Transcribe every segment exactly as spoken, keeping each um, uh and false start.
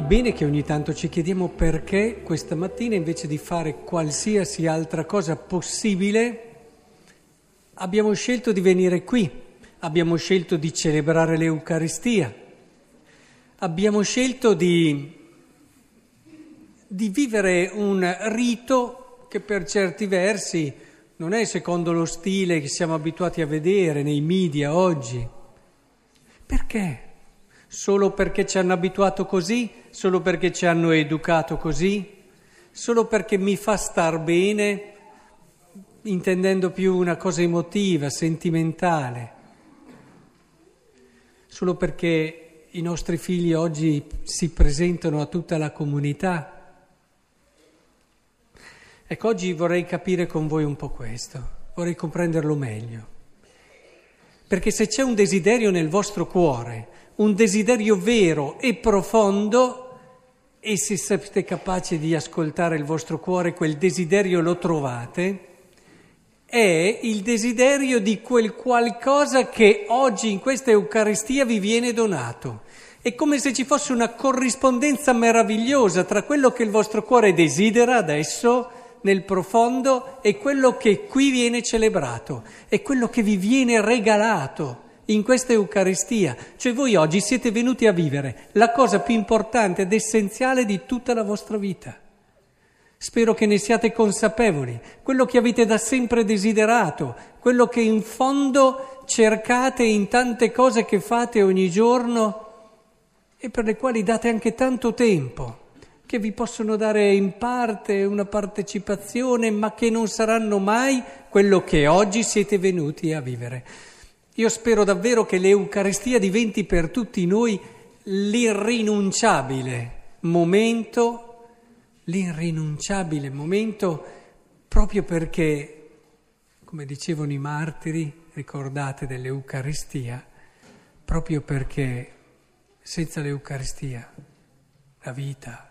bene che ogni tanto ci chiediamo perché questa mattina, invece di fare qualsiasi altra cosa possibile, abbiamo scelto di venire qui, abbiamo scelto di celebrare l'Eucaristia, abbiamo scelto di, di vivere un rito che per certi versi non è secondo lo stile che siamo abituati a vedere nei media oggi. Perché? Solo perché ci hanno abituato così? Solo perché ci hanno educato così? Solo perché mi fa star bene, intendendo più una cosa emotiva, sentimentale? Solo perché i nostri figli oggi si presentano a tutta la comunità? Ecco, oggi vorrei capire con voi un po' questo, vorrei comprenderlo meglio. Perché se c'è un desiderio nel vostro cuore, un desiderio vero e profondo, e se siete capaci di ascoltare il vostro cuore, quel desiderio lo trovate, è il desiderio di quel qualcosa che oggi in questa Eucaristia vi viene donato. È come se ci fosse una corrispondenza meravigliosa tra quello che il vostro cuore desidera adesso, nel profondo, e quello che qui viene celebrato, è quello che vi viene regalato in questa Eucaristia. Cioè voi oggi siete venuti a vivere la cosa più importante ed essenziale di tutta la vostra vita. Spero che ne siate consapevoli, quello che avete da sempre desiderato, quello che in fondo cercate in tante cose che fate ogni giorno e per le quali date anche tanto tempo, che vi possono dare in parte una partecipazione, ma che non saranno mai quello che oggi siete venuti a vivere. Io spero davvero che l'Eucaristia diventi per tutti noi l'irrinunciabile momento, l'irrinunciabile momento proprio perché, come dicevano i martiri, ricordate dell'Eucaristia, proprio perché senza l'Eucaristia la vita.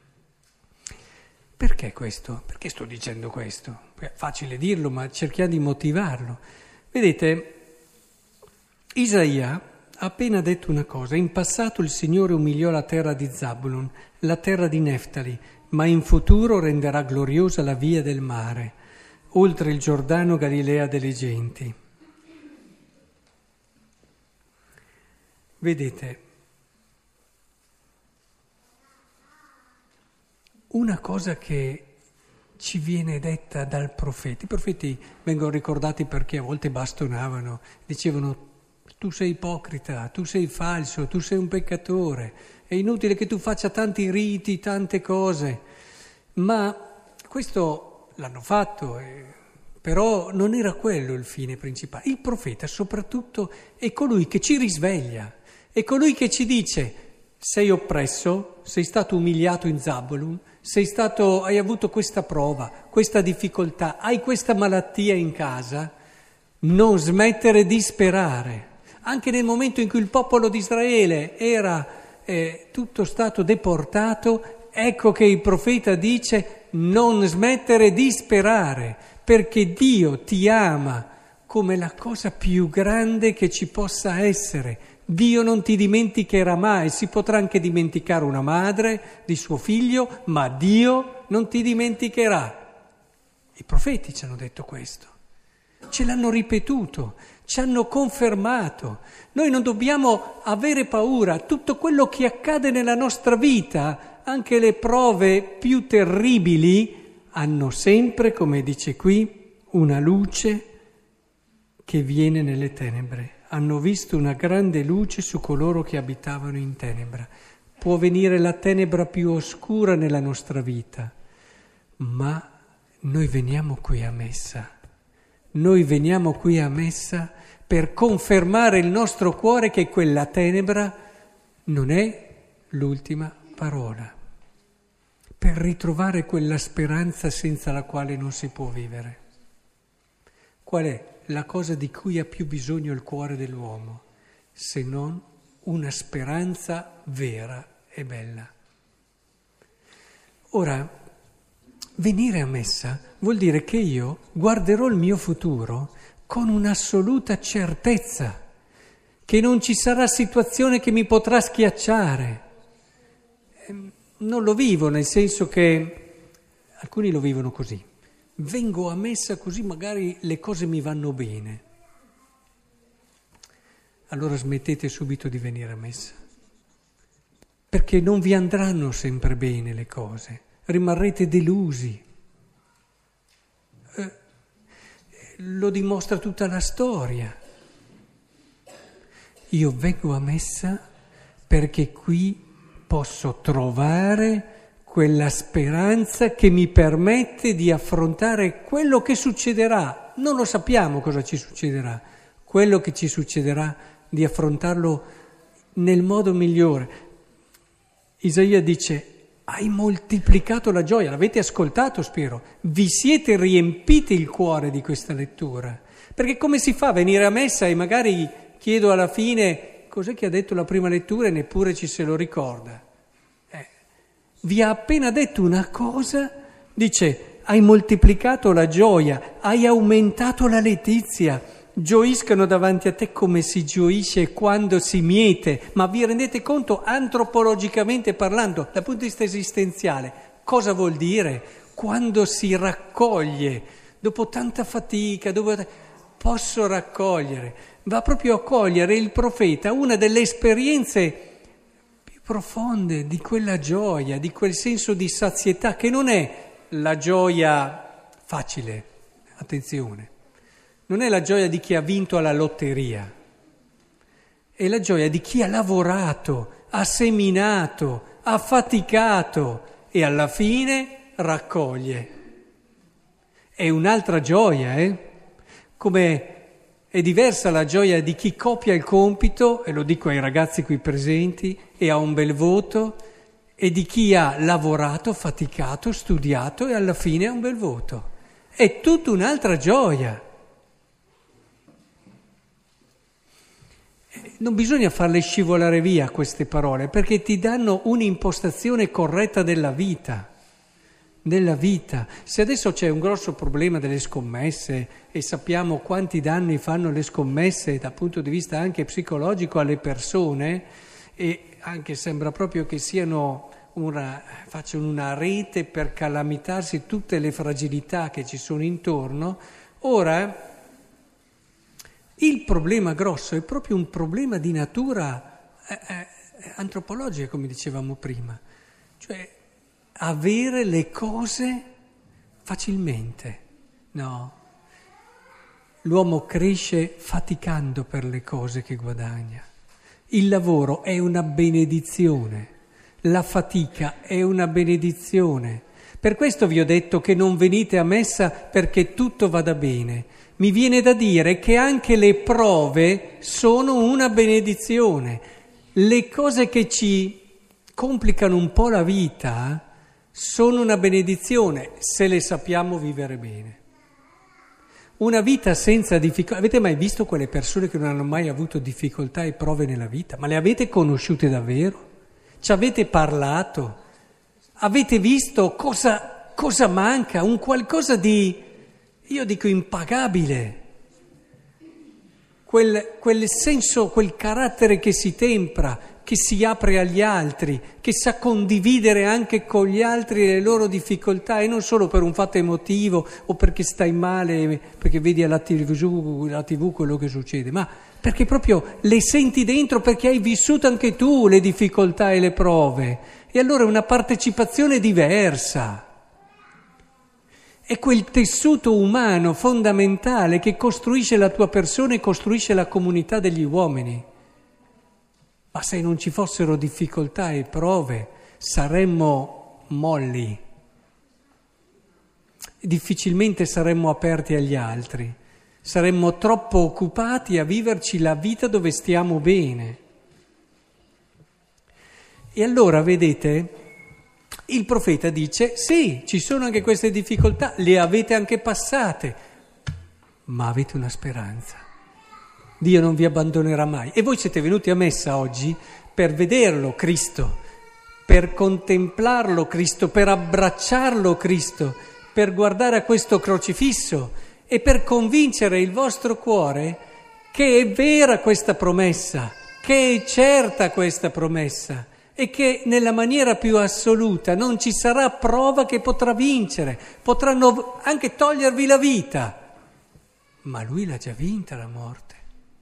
Perché questo? Perché sto dicendo questo? È facile dirlo, ma cerchiamo di motivarlo. Vedete, Isaia ha appena detto una cosa: in passato il Signore umiliò la terra di Zabulon, la terra di Neftali, ma in futuro renderà gloriosa la via del mare, oltre il Giordano, Galilea delle genti. Vedete, una cosa che ci viene detta dal profeta, i profeti vengono ricordati perché a volte bastonavano, dicevano: tu sei ipocrita, tu sei falso, tu sei un peccatore, è inutile che tu faccia tanti riti, tante cose. Ma questo l'hanno fatto, eh, però non era quello il fine principale. Il profeta soprattutto è colui che ci risveglia, è colui che ci dice: sei oppresso, sei stato umiliato in Zabulon, sei stato, hai avuto questa prova, questa difficoltà, hai questa malattia in casa, non smettere di sperare. Anche nel momento in cui il popolo di Israele era eh, tutto stato deportato, ecco che il profeta dice: non smettere di sperare, perché Dio ti ama come la cosa più grande che ci possa essere. Dio non ti dimenticherà mai. Si potrà anche dimenticare una madre di suo figlio, ma Dio non ti dimenticherà. I profeti ci hanno detto questo, ce l'hanno ripetuto, ci hanno confermato. Noi non dobbiamo avere paura. Tutto quello che accade nella nostra vita, anche le prove più terribili, hanno sempre, come dice qui, una luce che viene nelle tenebre. Hanno visto una grande luce su coloro che abitavano in tenebra. Può venire la tenebra più oscura nella nostra vita, ma noi veniamo qui a messa. Noi veniamo qui a messa per confermare il nostro cuore che quella tenebra non è l'ultima parola, per ritrovare quella speranza senza la quale non si può vivere. Qual è la cosa di cui ha più bisogno il cuore dell'uomo, se non una speranza vera e bella? Ora, venire a messa vuol dire che io guarderò il mio futuro con un'assoluta certezza, che non ci sarà situazione che mi potrà schiacciare. non lo vivo, nel senso che alcuni lo vivono così. Vengo a messa così magari le cose mi vanno bene. Allora smettete subito di venire a messa, perché non vi andranno sempre bene le cose, rimarrete delusi. Eh, lo dimostra tutta la storia. Io vengo a messa perché qui posso trovare quella speranza che mi permette di affrontare quello che succederà. Non lo sappiamo cosa ci succederà, quello che ci succederà di affrontarlo nel modo migliore. Isaia dice: hai moltiplicato la gioia, l'avete ascoltato spero, vi siete riempiti il cuore di questa lettura, perché come si fa a venire a messa e magari chiedo alla fine cos'è che ha detto la prima lettura e neppure ci se lo ricorda. Eh, vi ha appena detto una cosa, dice: hai moltiplicato la gioia, hai aumentato la letizia, gioiscano davanti a te come si gioisce quando si miete. Ma vi rendete conto, antropologicamente parlando, dal punto di vista esistenziale, cosa vuol dire? Quando si raccoglie, dopo tanta fatica, dopo... posso raccogliere, va proprio a cogliere il profeta una delle esperienze più profonde di quella gioia, di quel senso di sazietà, che non è la gioia facile, attenzione. Non è la gioia di chi ha vinto alla lotteria, è la gioia di chi ha lavorato, ha seminato, ha faticato e alla fine raccoglie. È un'altra gioia, eh? Come è diversa la gioia di chi copia il compito, e lo dico ai ragazzi qui presenti, e ha un bel voto, e di chi ha lavorato, faticato, studiato e alla fine ha un bel voto. È tutta un'altra gioia. Non bisogna farle scivolare via queste parole, perché ti danno un'impostazione corretta della vita, della vita. Se adesso c'è un grosso problema delle scommesse e sappiamo quanti danni fanno le scommesse dal punto di vista anche psicologico alle persone, e anche sembra proprio che siano una, facciano una rete per calamitarsi tutte le fragilità che ci sono intorno, ora il problema grosso è proprio un problema di natura eh, eh, antropologica, come dicevamo prima, cioè avere le cose facilmente. No, l'uomo cresce faticando per le cose che guadagna. Il lavoro è una benedizione, la fatica è una benedizione. Per questo vi ho detto che non venite a messa perché tutto vada bene. Mi viene da dire che anche le prove sono una benedizione. Le cose che ci complicano un po' la vita sono una benedizione se le sappiamo vivere bene. Una vita senza difficoltà. Avete mai visto quelle persone che non hanno mai avuto difficoltà e prove nella vita? Ma le avete conosciute davvero? Ci avete parlato? Avete visto cosa, cosa manca? Un qualcosa di... io dico impagabile, quel, quel senso, quel carattere che si tempra, che si apre agli altri, che sa condividere anche con gli altri le loro difficoltà, e non solo per un fatto emotivo o perché stai male, perché vedi alla tivù, alla tivù quello che succede, ma perché proprio le senti dentro, perché hai vissuto anche tu le difficoltà e le prove, e allora è una partecipazione diversa. È quel tessuto umano fondamentale che costruisce la tua persona e costruisce la comunità degli uomini. Ma se non ci fossero difficoltà e prove, saremmo molli. Difficilmente saremmo aperti agli altri. Saremmo troppo occupati a viverci la vita dove stiamo bene. E allora, vedete... il profeta dice, sì, ci sono anche queste difficoltà, le avete anche passate, ma avete una speranza. Dio non vi abbandonerà mai. E voi siete venuti a messa oggi per vederlo Cristo, per contemplarlo Cristo, per abbracciarlo Cristo, per guardare a questo crocifisso e per convincere il vostro cuore che è vera questa promessa, che è certa questa promessa, e che nella maniera più assoluta non ci sarà prova che potrà vincere, potranno anche togliervi la vita, ma lui l'ha già vinta la morte.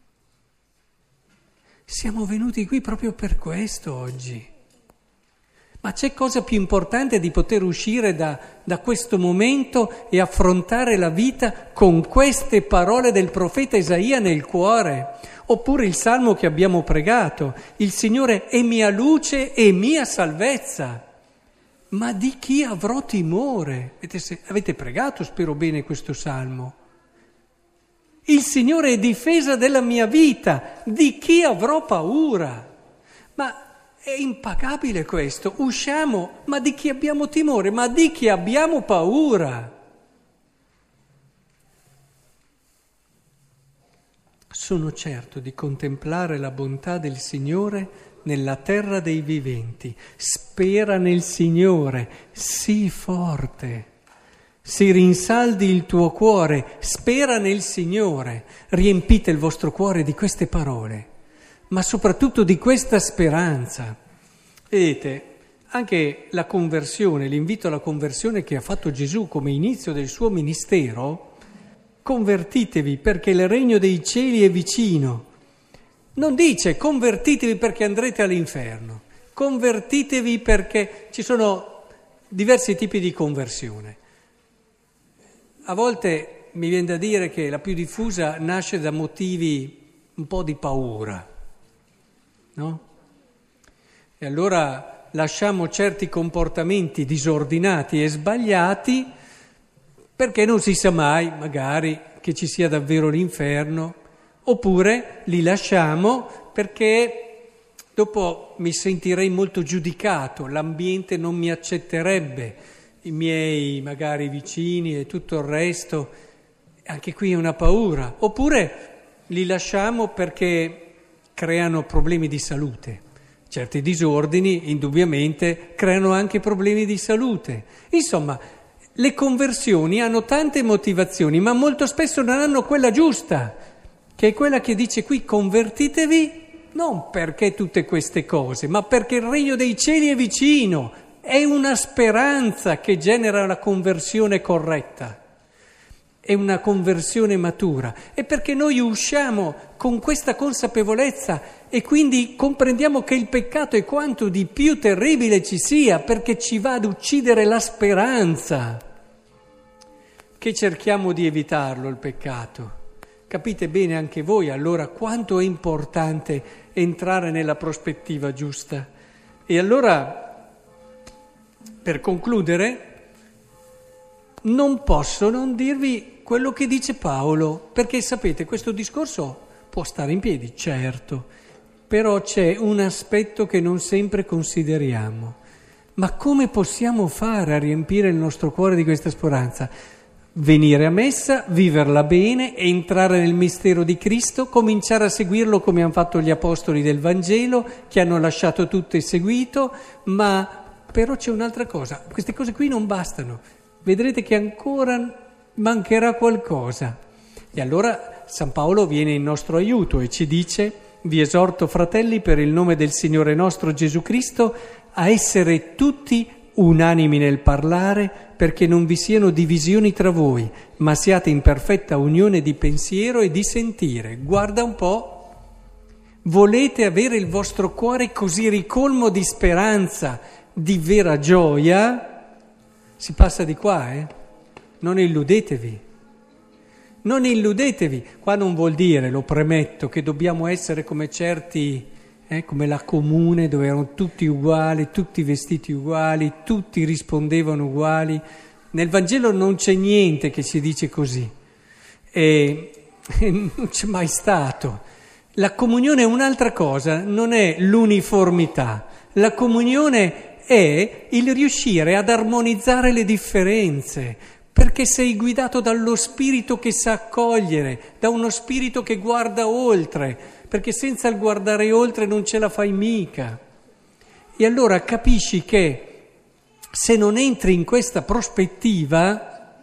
Siamo venuti qui proprio per questo oggi. Ma c'è cosa più importante di poter uscire da, da questo momento e affrontare la vita con queste parole del profeta Isaia nel cuore? Oppure il salmo che abbiamo pregato, il Signore è mia luce e mia salvezza. Ma di chi avrò timore? Avete, avete pregato, spero bene, questo salmo. Il Signore è difesa della mia vita, di chi avrò paura? Ma è impagabile questo, usciamo, ma di chi abbiamo timore? Ma di chi abbiamo paura? Sono certo di contemplare la bontà del Signore nella terra dei viventi. Spera nel Signore, sii forte, si rinsaldi il tuo cuore, spera nel Signore. Riempite il vostro cuore di queste parole, ma soprattutto di questa speranza. Vedete, anche la conversione, l'invito alla conversione che ha fatto Gesù come inizio del suo ministero, convertitevi perché il regno dei cieli è vicino. Non dice convertitevi perché andrete all'inferno, convertitevi perché ci sono diversi tipi di conversione. A volte mi viene da dire che la più diffusa nasce da motivi un po' di paura, no? E allora lasciamo certi comportamenti disordinati e sbagliati perché non si sa mai, magari, che ci sia davvero l'inferno, oppure li lasciamo perché dopo mi sentirei molto giudicato, l'ambiente non mi accetterebbe, i miei magari vicini e tutto il resto, anche qui è una paura, oppure li lasciamo perché creano problemi di salute. Certi disordini, indubbiamente, creano anche problemi di salute. Insomma, le conversioni hanno tante motivazioni, ma molto spesso non hanno quella giusta, che è quella che dice qui: convertitevi non perché tutte queste cose, ma perché il regno dei cieli è vicino. È una speranza che genera la conversione corretta. È una conversione matura, è perché noi usciamo con questa consapevolezza e quindi comprendiamo che il peccato è quanto di più terribile ci sia, perché ci va ad uccidere la speranza, che cerchiamo di evitarlo il peccato. Capite bene anche voi allora quanto è importante entrare nella prospettiva giusta. E allora, per concludere, non posso non dirvi quello che dice Paolo, perché sapete, questo discorso può stare in piedi, certo, però c'è un aspetto che non sempre consideriamo. Ma come possiamo fare a riempire il nostro cuore di questa speranza? Venire a messa, viverla bene, entrare nel mistero di Cristo, cominciare a seguirlo come hanno fatto gli apostoli del Vangelo, che hanno lasciato tutto e seguito, ma però c'è un'altra cosa, queste cose qui non bastano. Vedrete che ancora mancherà qualcosa. E allora San Paolo viene in nostro aiuto e ci dice: vi esorto, fratelli, per il nome del Signore nostro Gesù Cristo, a essere tutti unanimi nel parlare, perché non vi siano divisioni tra voi, ma siate in perfetta unione di pensiero e di sentire. Guarda un po', volete avere il vostro cuore così ricolmo di speranza, di vera gioia? Si passa di qua, eh? Non illudetevi, non illudetevi. Qua non vuol dire, lo premetto, che dobbiamo essere come certi, eh, come la comune, dove erano tutti uguali, tutti vestiti uguali, tutti rispondevano uguali. Nel Vangelo non c'è niente che ci dice così, e, e non c'è mai stato. La comunione è un'altra cosa, non è l'uniformità. La comunione è il riuscire ad armonizzare le differenze, perché sei guidato dallo spirito che sa accogliere, da uno spirito che guarda oltre, perché senza il guardare oltre non ce la fai mica. E allora capisci che se non entri in questa prospettiva,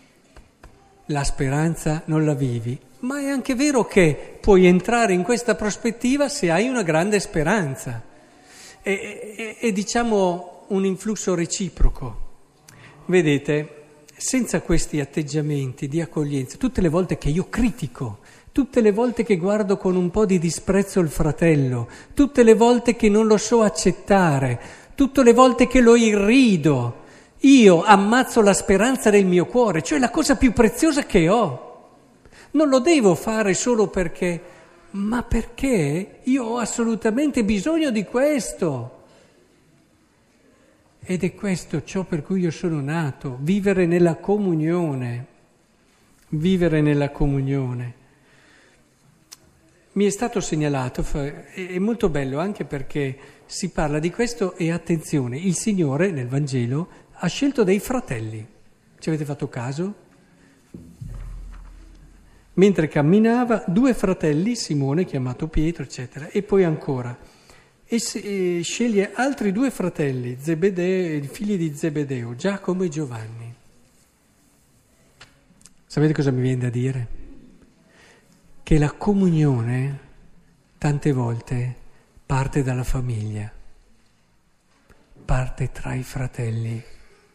la speranza non la vivi. Ma è anche vero che puoi entrare in questa prospettiva se hai una grande speranza. è, è, è diciamo un influsso reciproco. Vedete, senza questi atteggiamenti di accoglienza, tutte le volte che io critico, tutte le volte che guardo con un po' di disprezzo il fratello, tutte le volte che non lo so accettare, tutte le volte che lo irrido, io ammazzo la speranza del mio cuore, cioè la cosa più preziosa che ho. Non lo devo fare solo perché, ma perché io ho assolutamente bisogno di questo. Ed è questo ciò per cui io sono nato, vivere nella comunione, vivere nella comunione. Mi è stato segnalato, è molto bello anche perché si parla di questo e attenzione, il Signore nel Vangelo ha scelto dei fratelli. Ci avete fatto caso? Mentre camminava, due fratelli, Simone chiamato Pietro, eccetera, e poi ancora. E, se, e sceglie altri due fratelli, Zebedeo, figli di Zebedeo, Giacomo e Giovanni. Sapete cosa mi viene da dire? Che la comunione tante volte parte dalla famiglia, parte tra i fratelli.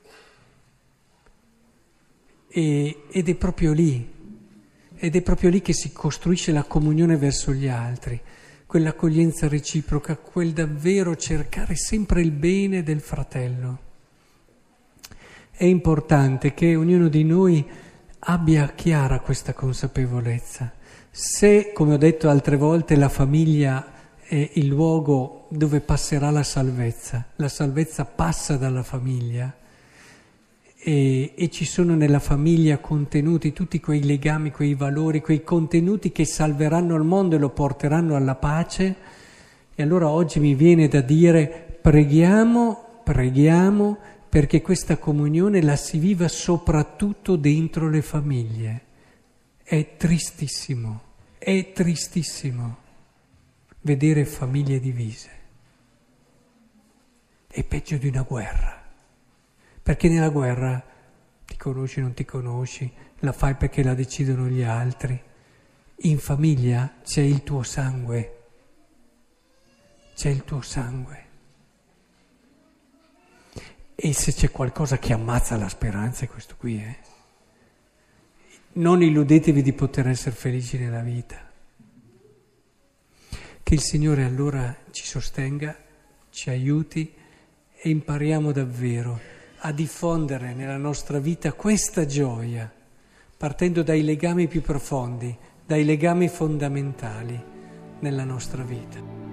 E, ed è proprio lì, ed è proprio lì che si costruisce la comunione verso gli altri. Quell'accoglienza reciproca, quel davvero cercare sempre il bene del fratello. È importante che ognuno di noi abbia chiara questa consapevolezza. Se, come ho detto altre volte, la famiglia è il luogo dove passerà la salvezza, la salvezza passa dalla famiglia e, e ci sono nella famiglia contenuti tutti quei legami, quei valori, quei contenuti che salveranno il mondo e lo porteranno alla pace. E allora oggi mi viene da dire preghiamo, preghiamo perché questa comunione la si viva soprattutto dentro le famiglie. È tristissimo, è tristissimo vedere famiglie divise. È peggio di una guerra. Perché nella guerra ti conosci, non ti conosci, la fai perché la decidono gli altri. In famiglia c'è il tuo sangue, c'è il tuo sangue. E se c'è qualcosa che ammazza la speranza è questo qui, eh? Non illudetevi di poter essere felici nella vita. Che il Signore allora ci sostenga, ci aiuti e impariamo davvero a diffondere nella nostra vita questa gioia, partendo dai legami più profondi, dai legami fondamentali nella nostra vita.